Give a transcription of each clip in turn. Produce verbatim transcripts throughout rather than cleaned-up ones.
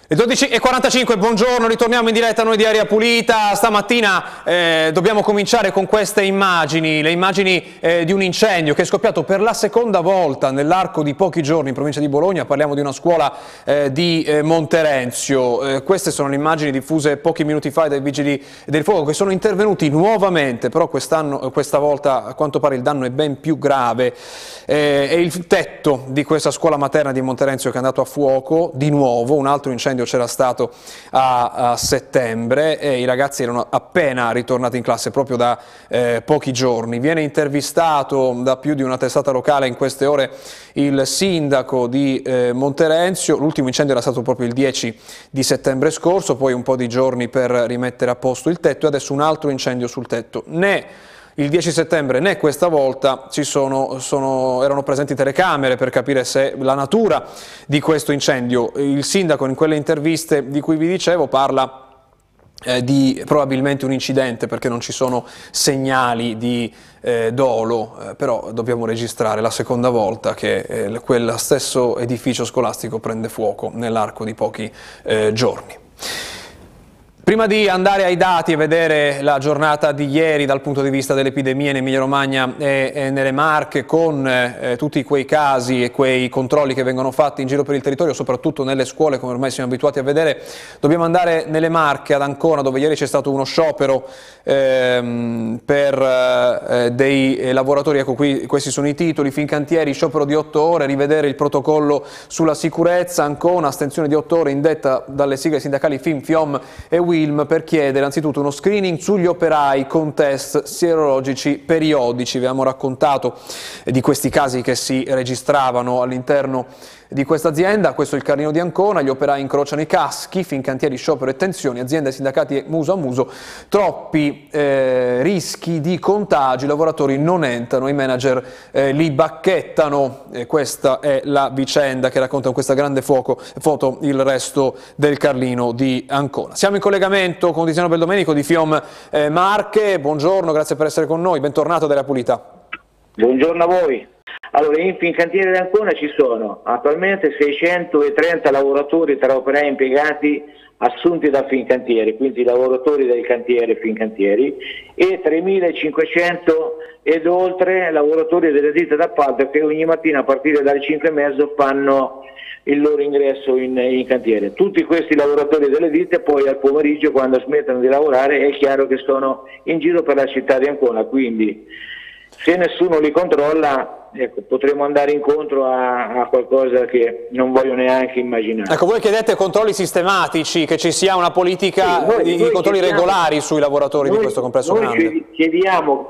Le dodici e quarantacinque, buongiorno, ritorniamo in diretta noi di Aria Pulita. Stamattina eh, dobbiamo cominciare con queste immagini, le immagini eh, di un incendio che è scoppiato per la seconda volta nell'arco di pochi giorni in provincia di Bologna. Parliamo di una scuola eh, di eh, Monterenzio. Eh, queste sono le immagini diffuse pochi minuti fa dai vigili del fuoco che sono intervenuti nuovamente, però quest'anno, questa volta a quanto pare il danno è ben più grave. Eh, è il tetto di questa scuola materna di Monterenzio che è andato a fuoco di nuovo, un altro incendio c'era stato a, a settembre e i ragazzi erano appena ritornati in classe proprio da eh, pochi giorni. Viene intervistato da più di una testata locale in queste ore il sindaco di eh, Monterenzio. L'ultimo incendio era stato proprio il dieci di settembre scorso, poi un po' di giorni per rimettere a posto il tetto e adesso un altro incendio sul tetto. Né il dieci settembre né questa volta ci sono, sono, erano presenti telecamere per capire se la natura di questo incendio. Il sindaco in quelle interviste di cui vi dicevo parla eh, di probabilmente un incidente perché non ci sono segnali di eh, dolo, eh, però dobbiamo registrare la seconda volta che eh, quel stesso edificio scolastico prende fuoco nell'arco di pochi eh, giorni. Prima di andare ai dati e vedere la giornata di ieri dal punto di vista dell'epidemia in Emilia-Romagna e, e nelle Marche con eh, tutti quei casi e quei controlli che vengono fatti in giro per il territorio, soprattutto nelle scuole come ormai siamo abituati a vedere, dobbiamo andare nelle Marche, ad Ancona, dove ieri c'è stato uno sciopero ehm, per eh, dei lavoratori. Ecco qui, questi sono i titoli: Fincantieri, sciopero di otto ore, rivedere il protocollo sulla sicurezza. Ancona, astensione di otto ore indetta dalle sigle sindacali Fin, Fiom e Wilm per chiedere anzitutto uno screening sugli operai con test sierologici periodici. Vi abbiamo raccontato di questi casi che si registravano all'interno di questa azienda. Questo è il Carlino di Ancona: gli operai incrociano i caschi, Fincantieri, sciopero e tensioni, azienda e sindacati muso a muso, troppi eh, rischi di contagi, i lavoratori non entrano, i manager eh, li bacchettano. E questa è la vicenda che racconta con questa grande fuoco, foto il resto del Carlino di Ancona. Siamo in collegamento con Tiziano Beldomenico di Fiom eh, Marche. Buongiorno, grazie per essere con noi, bentornato ad Aria Pulita. Buongiorno a voi. Allora, in Fincantieri di Ancona ci sono attualmente seicentotrenta lavoratori tra operai impiegati assunti da Fincantieri, quindi lavoratori del cantiere Fincantieri, e tremilacinquecento ed oltre lavoratori delle ditte d'appalto che ogni mattina a partire dalle cinque e mezzo fanno il loro ingresso in, in cantiere. Tutti questi lavoratori delle ditte poi al pomeriggio, quando smettono di lavorare, è chiaro che sono in giro per la città di Ancona, quindi se nessuno li controlla, ecco, potremo andare incontro a, a qualcosa che non voglio neanche immaginare. Ecco, voi chiedete controlli sistematici, che ci sia una politica sì, noi, di noi controlli chiediamo, regolari sui lavoratori noi, di questo complesso noi grande. Noi chiediamo,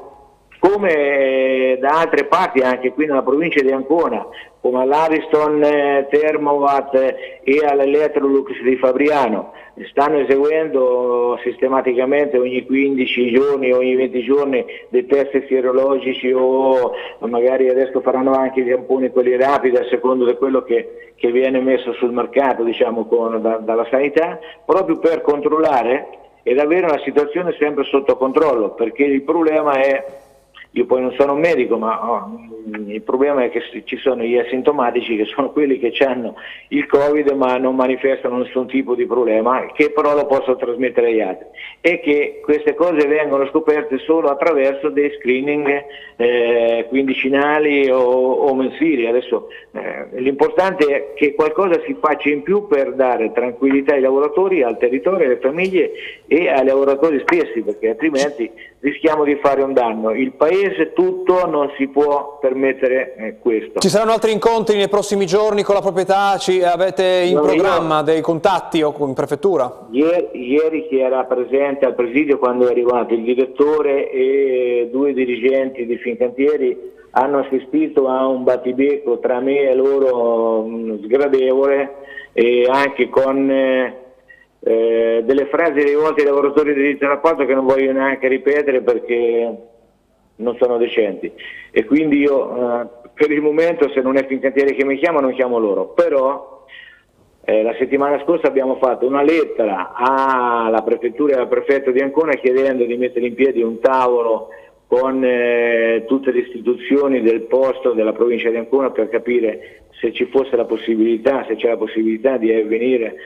come da altre parti, anche qui nella provincia di Ancona, come all'Ariston eh, Thermovat eh, e all'Electrolux di Fabriano, stanno eseguendo sistematicamente ogni quindici giorni, ogni venti giorni dei test sierologici, o magari adesso faranno anche i tamponi, quelli rapidi, a secondo di quello che, che viene messo sul mercato, diciamo, con, da, dalla sanità, proprio per controllare ed avere una situazione sempre sotto controllo, perché il problema è, io poi non sono un medico, ma oh, il problema è che ci sono gli asintomatici, che sono quelli che hanno il Covid ma non manifestano nessun tipo di problema, che però lo possono trasmettere agli altri, e che queste cose vengono scoperte solo attraverso dei screening eh, quindicinali o, o mensili. Adesso eh, l'importante è che qualcosa si faccia in più per dare tranquillità ai lavoratori, al territorio, alle famiglie e ai lavoratori stessi, perché altrimenti rischiamo di fare un danno. Il paese tutto non si può permettere eh, questo. Ci saranno altri incontri nei prossimi giorni con la proprietà? Ci avete in no, programma io, dei contatti o in prefettura? Ieri, ieri chi era presente al presidio quando è arrivato il direttore e due dirigenti di Fincantieri hanno assistito a un battibecco tra me e loro mh, sgradevole, e anche con eh, Eh, delle frasi rivolte ai lavoratori di ditte d'appalto che non voglio neanche ripetere perché non sono decenti, e quindi io eh, per il momento, se non è Fincantieri che mi chiama, non chiamo loro. Però eh, la settimana scorsa abbiamo fatto una lettera alla prefettura e al prefetto di Ancona chiedendo di mettere in piedi un tavolo con eh, tutte le istituzioni del posto della provincia di Ancona per capire se ci fosse la possibilità, se c'è la possibilità di venire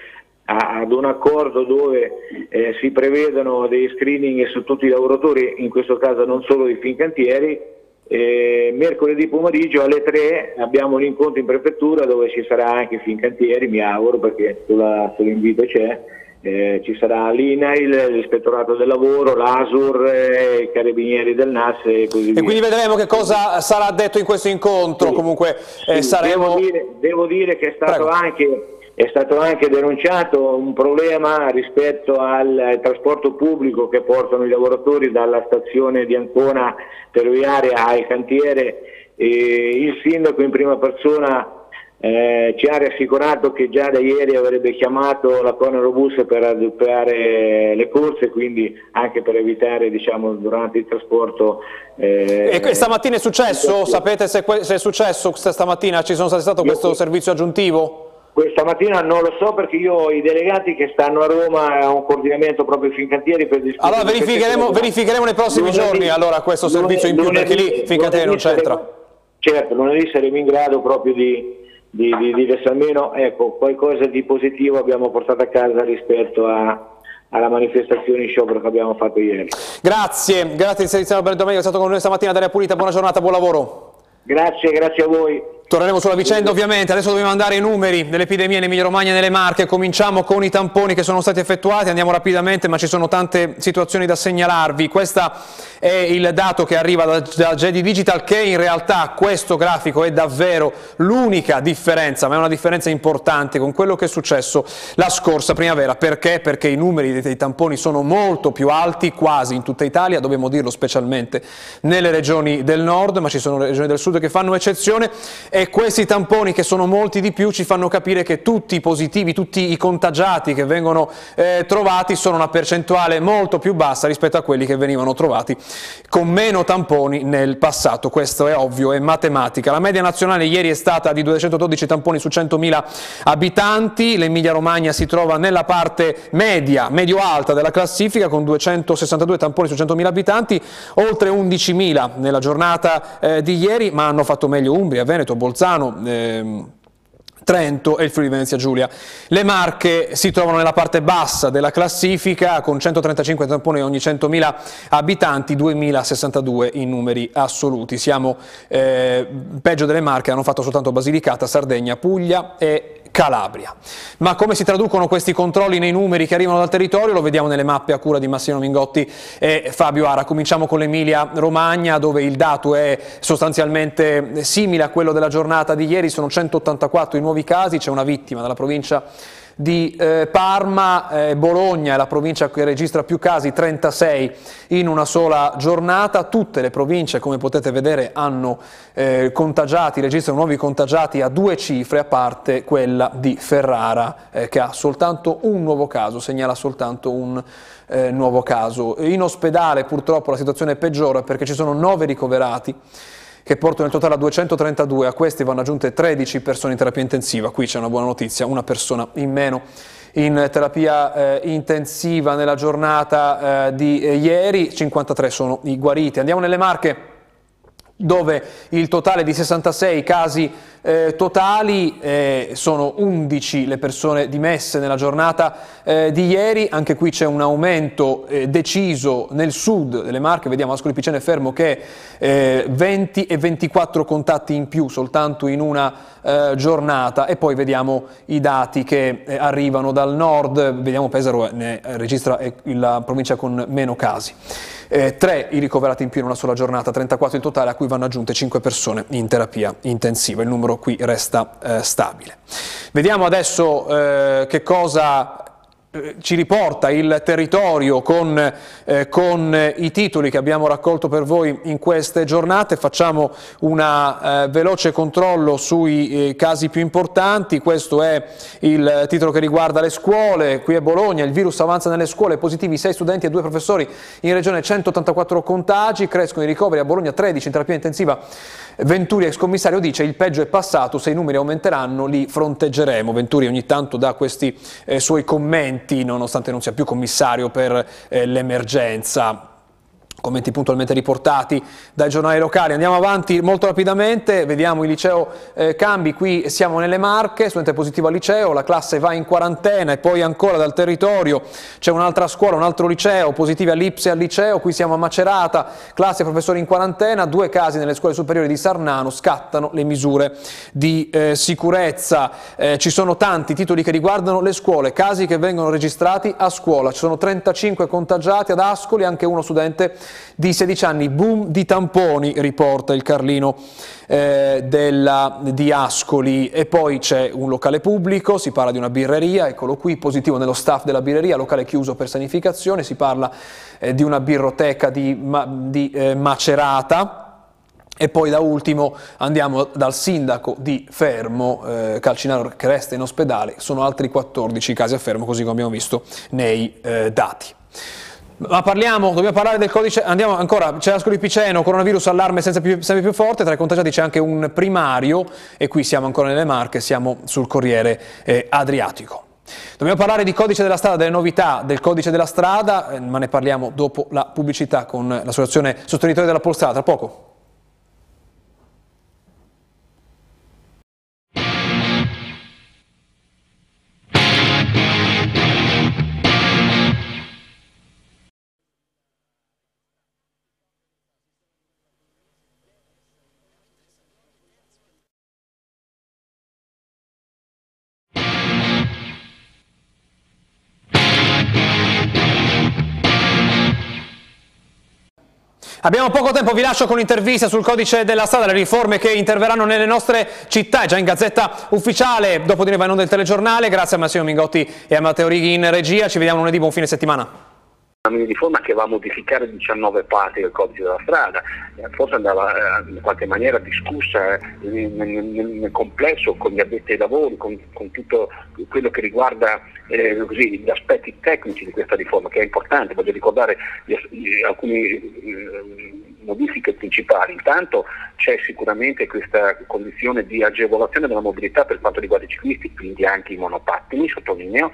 a, ad un accordo dove eh, si prevedono dei screening su tutti i lavoratori, in questo caso non solo di Fincantieri. Eh, mercoledì pomeriggio alle tre abbiamo un incontro in prefettura dove ci sarà anche Fincantieri, mi auguro, perché sull'invito c'è, eh, ci sarà l'I N A I L, l'Ispettorato del Lavoro, l'ASUR, eh, i Carabinieri del N A S e così e via. E quindi vedremo che cosa sarà detto in questo incontro. Sì. Comunque eh, sì, saremo... Devo dire, devo dire che è stato anche... È stato anche denunciato un problema rispetto al trasporto pubblico che portano i lavoratori dalla stazione di Ancona ferroviaria al cantiere, e il sindaco in prima persona eh, ci ha rassicurato che già da ieri avrebbe chiamato la Conerobus per raddoppiare le corse, quindi anche per evitare, diciamo, durante il trasporto. Eh, e stamattina è successo? Sapete se, se è successo stamattina? Ci sono stato questo io, servizio aggiuntivo? Questa mattina non lo so, perché io ho i delegati che stanno a Roma a un coordinamento proprio Fincantieri per discutere. Allora verificheremo, verificheremo nei prossimi lunedì, giorni allora questo servizio in più, lunedì, perché lì Fincantieri non c'entra. Certo, lunedì saremo in grado proprio di, di, di dire almeno, ecco, qualcosa di positivo abbiamo portato a casa rispetto a, alla manifestazione in sciopero che abbiamo fatto ieri. Grazie, grazie di servizio Alberto Meglio, è stato con noi stamattina ad Aria Pulita, buona giornata, buon lavoro. Grazie, grazie a voi. Torneremo sulla vicenda ovviamente, adesso dobbiamo andare ai numeri dell'epidemia in Emilia Romagna e nelle Marche. Cominciamo con i tamponi che sono stati effettuati, andiamo rapidamente ma ci sono tante situazioni da segnalarvi. Questo è il dato che arriva da, da J D Digital, che in realtà questo grafico è davvero l'unica differenza, ma è una differenza importante con quello che è successo la scorsa primavera. Perché? Perché i numeri dei, dei tamponi sono molto più alti quasi in tutta Italia, dobbiamo dirlo, specialmente nelle regioni del nord, ma ci sono le regioni del sud che fanno eccezione. E questi tamponi, che sono molti di più, ci fanno capire che tutti i positivi, tutti i contagiati che vengono eh, trovati sono una percentuale molto più bassa rispetto a quelli che venivano trovati con meno tamponi nel passato. Questo è ovvio, è matematica. La media nazionale ieri è stata di duecentododici tamponi su centomila abitanti, l'Emilia Romagna si trova nella parte media, medio-alta della classifica con duecentosessantadue tamponi su centomila abitanti, oltre undicimila nella giornata eh, di ieri, ma hanno fatto meglio Umbria, Veneto, Bolzano, ehm, Trento e il Friuli Venezia Giulia. Le Marche si trovano nella parte bassa della classifica con centotrentacinque tamponi ogni centomila abitanti, duemilasessantadue in numeri assoluti. Siamo eh, peggio delle Marche, hanno fatto soltanto Basilicata, Sardegna, Puglia e Calabria. Ma come si traducono questi controlli nei numeri che arrivano dal territorio? Lo vediamo nelle mappe a cura di Massimo Mingotti e Fabio Ara. Cominciamo con l'Emilia Romagna, dove il dato è sostanzialmente simile a quello della giornata di ieri, sono centottantaquattro i nuovi casi, c'è una vittima dalla provincia di eh, Parma, eh, Bologna è la provincia che registra più casi, trentasei in una sola giornata. Tutte le province, come potete vedere, hanno eh, contagiati, registrano nuovi contagiati a due cifre, a parte quella di Ferrara eh, che ha soltanto un nuovo caso, segnala soltanto un eh, nuovo caso. In ospedale purtroppo la situazione peggiora perché ci sono nove ricoverati che portano il totale a duecentotrentadue, a questi vanno aggiunte tredici persone in terapia intensiva. Qui c'è una buona notizia, una persona in meno in terapia eh, intensiva nella giornata eh, di eh, ieri, cinquantatré sono i guariti. Andiamo nelle Marche, dove il totale di sessantasei casi eh, totali, eh, sono undici le persone dimesse nella giornata eh, di ieri. Anche qui c'è un aumento eh, deciso nel sud delle Marche, vediamo Ascoli Piceno e Fermo che eh, venti e ventiquattro contatti in più soltanto in una eh, giornata, e poi vediamo i dati che eh, arrivano dal nord, vediamo Pesaro ne registra eh, la provincia con meno casi. Eh, tre i ricoverati in più in una sola giornata, trentaquattro in totale, a cui vanno aggiunte cinque persone in terapia intensiva. Il numero qui resta eh, stabile. Vediamo adesso eh, che cosa ci riporta il territorio con, eh, con i titoli che abbiamo raccolto per voi in queste giornate. Facciamo un eh, veloce controllo sui eh, casi più importanti. Questo è il titolo che riguarda le scuole. Qui a Bologna il virus avanza nelle scuole, positivi sei studenti e due professori, in regione centottantaquattro contagi, crescono i ricoveri, a Bologna tredici in terapia intensiva. Venturi, ex commissario, dice il peggio è passato, se i numeri aumenteranno li fronteggeremo. Venturi ogni tanto dà questi eh, suoi commenti, nonostante non sia più commissario per eh, l'emergenza. commenti puntualmente riportati dai giornali locali. Andiamo avanti molto rapidamente, vediamo il liceo eh, Cambi, qui siamo nelle Marche, studente positivo al liceo, la classe va in quarantena e poi ancora dal territorio c'è un'altra scuola, un altro liceo, positivi all'I P S E al liceo, qui siamo a Macerata, classe e professori in quarantena, due casi nelle scuole superiori di Sarnano, scattano le misure di eh, sicurezza. Eh, ci sono tanti titoli che riguardano le scuole, casi che vengono registrati a scuola, ci sono trentacinque contagiati ad Ascoli, anche uno studente di sedici anni, boom di tamponi, riporta il Carlino eh, della, di Ascoli. E poi c'è un locale pubblico, si parla di una birreria, eccolo qui, positivo nello staff della birreria, locale chiuso per sanificazione, si parla eh, di una birroteca di, di eh, Macerata. E poi da ultimo andiamo dal sindaco di Fermo, eh, Calcinaro, che resta in ospedale, sono altri quattordici casi a Fermo, così come abbiamo visto nei eh, dati. Ma parliamo, dobbiamo parlare del codice, andiamo ancora, c'è Ascoli Piceno, coronavirus, allarme sempre più, sempre più forte, tra i contagiati c'è anche un primario e qui siamo ancora nelle Marche, siamo sul Corriere eh, Adriatico. Dobbiamo parlare di codice della strada, delle novità del codice della strada, eh, ma ne parliamo dopo la pubblicità con l'associazione sostenitori della Polstrada, tra poco. Abbiamo poco tempo, vi lascio con l'intervista sul codice della strada, le riforme che interverranno nelle nostre città, è già in Gazzetta Ufficiale, dopo di noi va in onda il telegiornale, grazie a Massimo Mingotti e a Matteo Righi in regia, ci vediamo lunedì, buon fine settimana. Una mini riforma che va a modificare diciannove parti del codice della strada, forse andava in qualche maniera discussa nel, nel, nel complesso con gli addetti ai lavori, con, con tutto quello che riguarda eh, così, gli aspetti tecnici di questa riforma, che è importante. Voglio ricordare gli, gli, alcune eh, modifiche principali. Intanto c'è sicuramente questa condizione di agevolazione della mobilità per quanto riguarda i ciclisti, quindi anche i monopattini, sottolineo,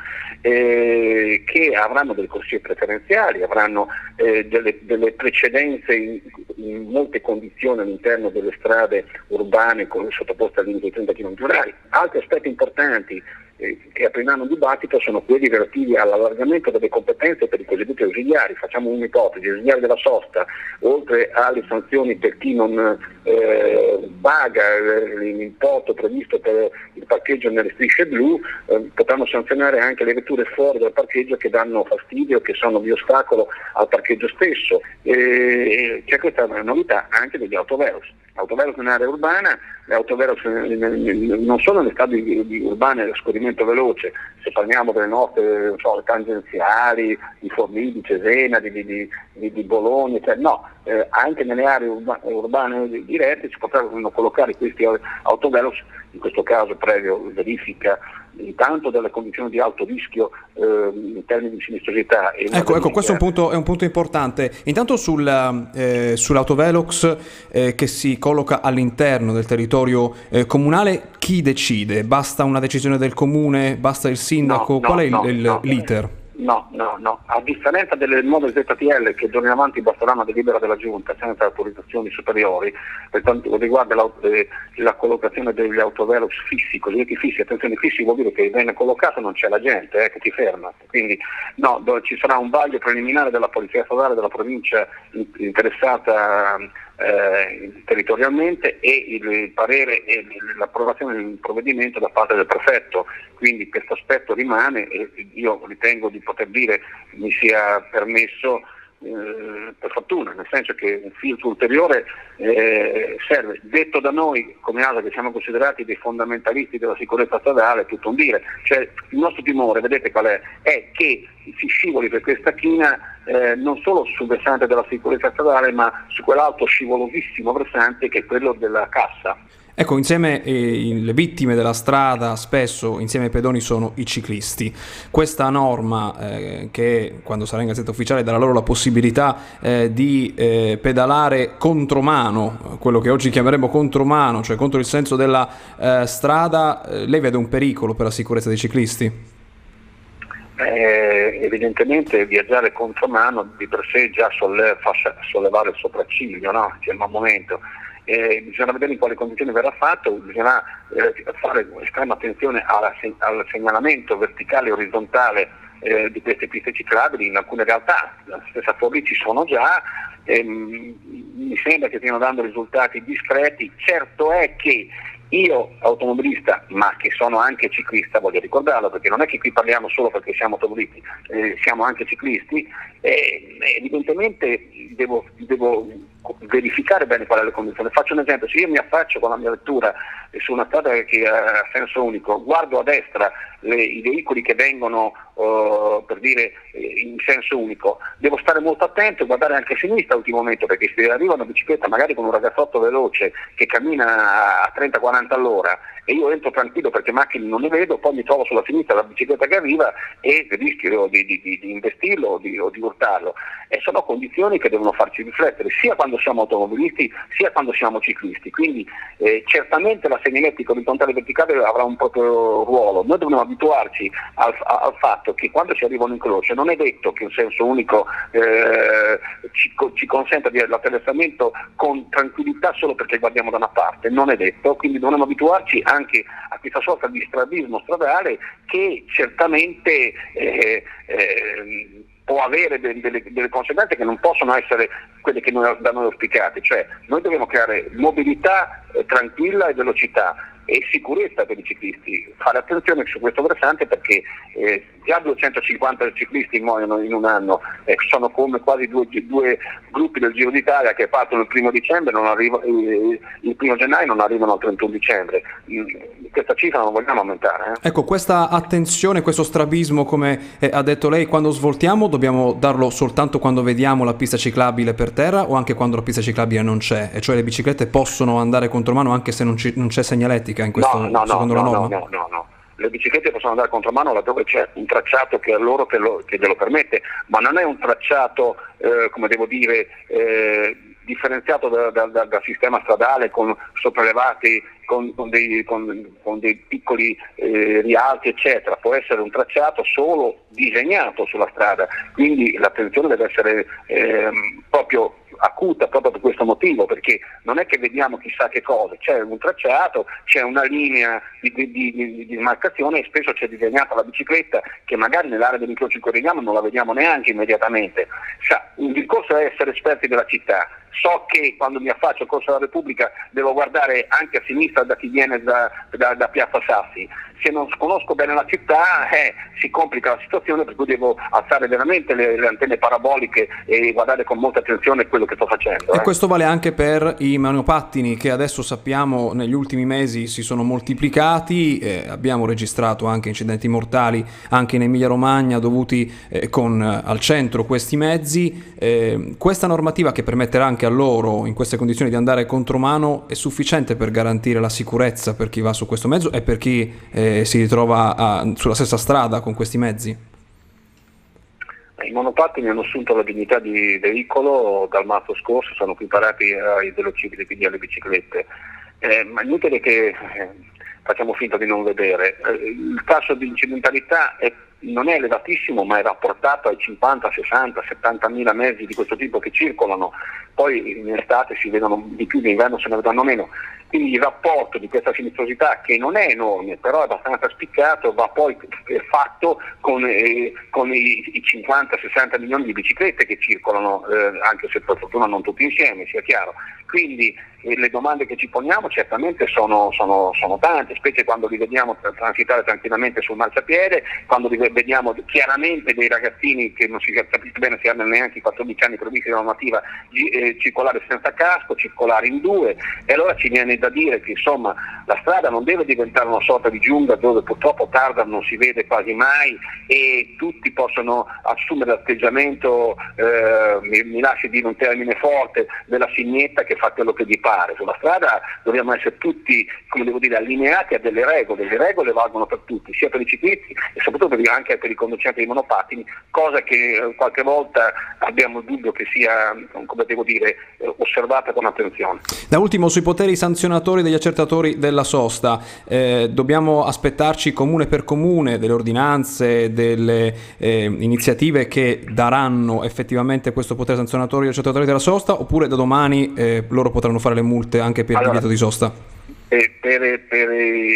eh, che avranno delle corsie preferenziali, avranno eh, delle, delle precedenze in, in molte condizioni all'interno delle strade urbane con, sottoposte al limite di trenta chilometri orari. Altri aspetti importanti eh, che apriranno un dibattito sono quelli relativi all'allargamento delle competenze per i cosiddetti ausiliari. Facciamo un'ipotesi: ausiliari della sosta, oltre alle sanzioni per chi non eh, paga l'importo previsto per il parcheggio nelle strisce blu, eh, potranno sanzionare anche le vetture fuori dal parcheggio che danno fastidio, che sono di ostacolo al parcheggio stesso. Eh, c'è questa novità anche degli autovelox. Autovelox in area urbana, le autovelox non solo nelle strade urbane a scorrimento veloce, se parliamo delle nostre non so, tangenziali, di Forlì, di Cesena, di, di, di, di Bologna, cioè, no, eh, anche nelle aree urba, urbane dirette si potranno collocare questi autovelox, in questo caso previo verifica intanto delle condizioni di alto rischio eh, in termini di sinistrosità. E ecco, ecco, questo è un punto, è un punto importante. Intanto sul, eh, sull'autovelox eh, che si colloca all'interno del territorio eh, comunale, chi decide? Basta una decisione del comune? Basta il sindaco? No, no, Qual è no, il, no. l'iter? No, no, no, a differenza delle nuove Z T L che d'ora in avanti basterà una delibera della Giunta senza autorizzazioni superiori, per quanto riguarda la, eh, la collocazione degli autovelox fissi, cosiddetti fissi, attenzione, fissi vuol dire che viene collocato non c'è la gente eh, che ti ferma, quindi no, do, ci sarà un vaglio preliminare della Polizia Stradale della provincia interessata Eh, territorialmente e il parere e l'approvazione del provvedimento da parte del prefetto, quindi questo aspetto rimane e io ritengo di poter dire mi sia permesso eh, per fortuna, nel senso che un filtro ulteriore eh, serve. Detto da noi come A S A, che siamo considerati dei fondamentalisti della sicurezza stradale, è tutto un dire, cioè il nostro timore, vedete qual è? È che si scivoli per questa china eh, non solo sul versante della sicurezza stradale, ma su quell'altro scivolosissimo versante che è quello della cassa. Ecco, insieme eh, le vittime della strada spesso insieme ai pedoni sono i ciclisti. Questa norma eh, che quando sarà in Gazzetta Ufficiale darà loro la possibilità eh, di eh, pedalare contromano, quello che oggi chiameremo contromano, cioè contro il senso della eh, strada, eh, lei vede un pericolo per la sicurezza dei ciclisti? Eh, evidentemente viaggiare contromano di per sé già solle- fa sollevare il sopracciglio, no? C'è il momento. Eh, bisogna vedere in quali condizioni verrà fatto, bisogna eh, fare estrema attenzione alla, al segnalamento verticale e orizzontale eh, di queste piste ciclabili. In alcune realtà, la stessa Forlì, ci sono già, ehm, mi sembra che stiano dando risultati discreti. Certo è che io, automobilista, ma che sono anche ciclista, voglio ricordarlo, perché non è che qui parliamo solo perché siamo automobilisti, eh, siamo anche ciclisti, eh, evidentemente devo, devo verificare bene qual è la condizione. Faccio un esempio: se io mi affaccio con la mia vettura su una strada che ha senso unico, guardo a destra le, i veicoli che vengono uh, per dire in senso unico, devo stare molto attento e guardare anche a sinistra all'ultimo momento, perché se arriva una bicicletta magari con un ragazzotto veloce che cammina a trenta quaranta all'ora e io entro tranquillo perché macchine non ne vedo, poi mi trovo sulla sinistra la bicicletta che arriva e rischio di, di, di, di investirlo o di, o di urtarlo. E sono condizioni che devono farci riflettere sia quando siamo automobilisti sia quando siamo ciclisti. Quindi eh, certamente la segnaletica orizzontale e verticale avrà un proprio ruolo. Noi dobbiamo abituarci al, al fatto che quando ci arriva un incrocio non è detto che un senso unico eh, ci, ci consenta di l'attraversamento con tranquillità solo perché guardiamo da una parte, non è detto, quindi dovremmo abituarci anche a questa sorta di strabismo stradale che certamente eh, eh, può avere delle, delle, delle conseguenze che non possono essere quelle che noi, da noi auspicate. Cioè noi dobbiamo creare mobilità eh, tranquilla e velocità e sicurezza per i ciclisti, fare attenzione su questo versante perché eh, già duecentocinquanta ciclisti muoiono in un anno, eh, sono come quasi due, due gruppi del Giro d'Italia che partono il primo dicembre, non arriva, eh, il primo gennaio non arrivano al trentuno dicembre. Questa cifra non vogliamo aumentare. Eh. Ecco, questa attenzione, questo strabismo, come eh, ha detto lei, quando svoltiamo dobbiamo darlo soltanto quando vediamo la pista ciclabile per terra o anche quando la pista ciclabile non c'è? E cioè le biciclette possono andare contromano anche se non, ci, non c'è segnaletica in questo, no, no, secondo no, la no, norma? no, no, no. Le biciclette possono andare contromano laddove c'è un tracciato che a loro che, lo, che glielo permette, ma non è un tracciato, eh, come devo dire, eh, differenziato da, da, da, dal sistema stradale con sopraelevati, con, con, dei, con, con dei piccoli eh, rialti eccetera. Può essere un tracciato solo disegnato sulla strada, quindi l'attenzione deve essere eh, proprio acuta proprio per questo motivo, perché non è che vediamo chissà che cosa, c'è un tracciato, c'è una linea di, di, di, di demarcazione e spesso c'è disegnata la bicicletta che magari nell'area dell'incrocio in cui vediamo non la vediamo neanche immediatamente. Sa, il discorso è essere esperti della città. So che quando mi affaccio al Corso della Repubblica devo guardare anche a sinistra da chi viene da, da, da Piazza Sassi. Se non conosco bene la città eh, si complica la situazione, per cui devo alzare veramente le, le antenne paraboliche e guardare con molta attenzione quello che sto facendo. E eh. questo vale anche per i monopattini che adesso sappiamo negli ultimi mesi si sono moltiplicati, eh, abbiamo registrato anche incidenti mortali anche in Emilia Romagna dovuti eh, con eh, al centro questi mezzi. Eh, questa normativa che permetterà anche a loro in queste condizioni di andare contromano è sufficiente per garantire la sicurezza per chi va su questo mezzo e per chi eh, si ritrova a, sulla stessa strada con questi mezzi? I monopattini hanno assunto la dignità di veicolo dal marzo scorso, sono equiparati ai velocipedi, quindi alle biciclette, eh, ma è inutile che eh, facciamo finta di non vedere. Eh, il tasso di incidentalità è, non è elevatissimo, ma è rapportato ai cinquanta, sessanta, settantamila mezzi di questo tipo che circolano, poi in estate si vedono di più, in inverno se ne vedranno meno. Quindi il rapporto di questa sinistrosità, che non è enorme, però è abbastanza spiccato, va poi fatto con, eh, con i, i cinquanta sessanta milioni di biciclette che circolano, eh, anche se per fortuna non tutti insieme, sia chiaro. Quindi eh, le domande che ci poniamo certamente sono, sono, sono tante, specie quando li vediamo transitare tranquillamente sul marciapiede, quando li vediamo chiaramente dei ragazzini che non si capisce bene se hanno neanche i quattordici anni previsti dalla normativa, eh, circolare senza casco, circolare in due, e allora ci viene da dire che insomma la strada non deve diventare una sorta di giungla dove purtroppo tarda non si vede quasi mai e tutti possono assumere l'atteggiamento, eh, mi, mi lasci dire un termine forte, della signetta che fa quello che gli pare. Sulla strada dobbiamo essere tutti, come devo dire, allineati a delle regole, le regole valgono per tutti, sia per i ciclisti e soprattutto per, anche per i conducenti dei monopattini, cosa che eh, qualche volta abbiamo il dubbio che sia, come devo dire, eh, osservata con attenzione. Da ultimo, sui poteri sanzionati sanzionatori degli accertatori della sosta, eh, dobbiamo aspettarci comune per comune delle ordinanze, delle eh, iniziative che daranno effettivamente questo potere sanzionatorio agli accertatori della sosta, oppure da domani eh, loro potranno fare le multe anche per allora, il divieto di sosta? Eh, per, per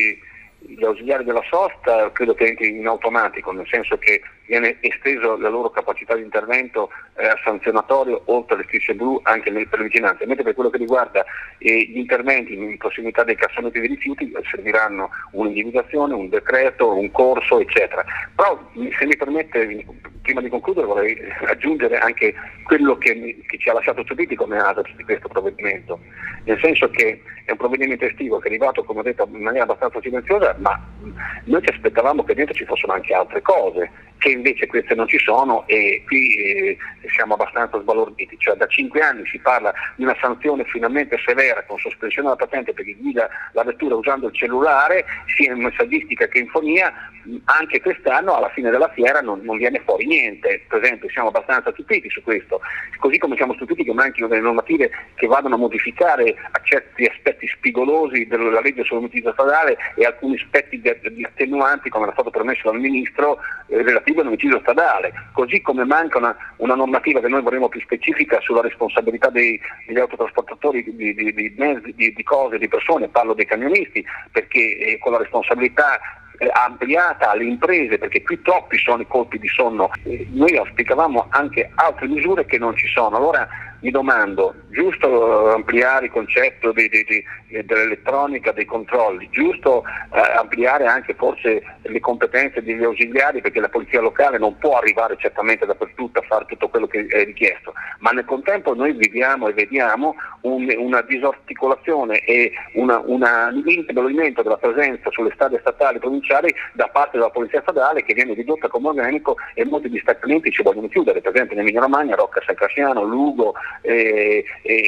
gli ausiliari della sosta credo che entri in automatico, nel senso che viene esteso la loro capacità di intervento eh, sanzionatorio oltre le strisce blu anche nel, per le vigilanze, mentre per quello che riguarda eh, gli interventi in prossimità dei cassonetti di rifiuti serviranno un'individuazione, un decreto, un corso eccetera. Però se mi permette, prima di concludere vorrei aggiungere anche quello che, mi, che ci ha lasciato stupiti come ASAPS di questo provvedimento, nel senso che è un provvedimento estivo che è arrivato, come ho detto, in maniera abbastanza silenziosa, ma noi ci aspettavamo che dentro ci fossero anche altre cose, che invece queste non ci sono, e qui eh, siamo abbastanza sbalorditi. Cioè da cinque anni si parla di una sanzione finalmente severa con sospensione della patente per chi guida la vettura usando il cellulare, sia in messaggistica che in fonia. Anche quest'anno alla fine della fiera non, non viene fuori niente, per esempio siamo abbastanza stupiti su questo, così come siamo stupiti che manchino delle normative che vadano a modificare a certi aspetti spigolosi della legge sull'omicidio stradale e alcuni aspetti di, di attenuanti, come era stato permesso dal Ministro, eh, relativi all'omicidio stradale, così come manca una, una normativa che noi vorremmo più specifica sulla responsabilità dei, degli autotrasportatori di, di, di, mezzi, di, di cose, di persone, parlo dei camionisti, perché eh, con la responsabilità ampliata alle imprese, perché qui troppi sono i colpi di sonno. Eh, noi auspicavamo anche altre misure che non ci sono. Allora mi domando, giusto ampliare il concetto di, di, di, dell'elettronica, dei controlli, giusto eh, ampliare anche forse le competenze degli ausiliari, perché la polizia locale non può arrivare certamente dappertutto a fare tutto quello che è richiesto, ma nel contempo noi viviamo e vediamo un, una disarticolazione e una, una, un indebolimento della presenza sulle strade statali provinciali da parte della polizia stradale, che viene ridotta come organico, e molti distaccamenti ci vogliono chiudere, per esempio in Emilia Romagna, Rocca San Casciano, Lugo, E,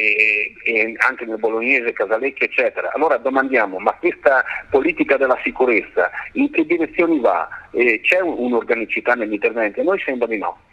e, e anche nel Bolognese, Casalecchio eccetera. Allora domandiamo, ma questa politica della sicurezza in che direzioni va? Eh, c'è un, un'organicità negli interventi? A noi sembra di no.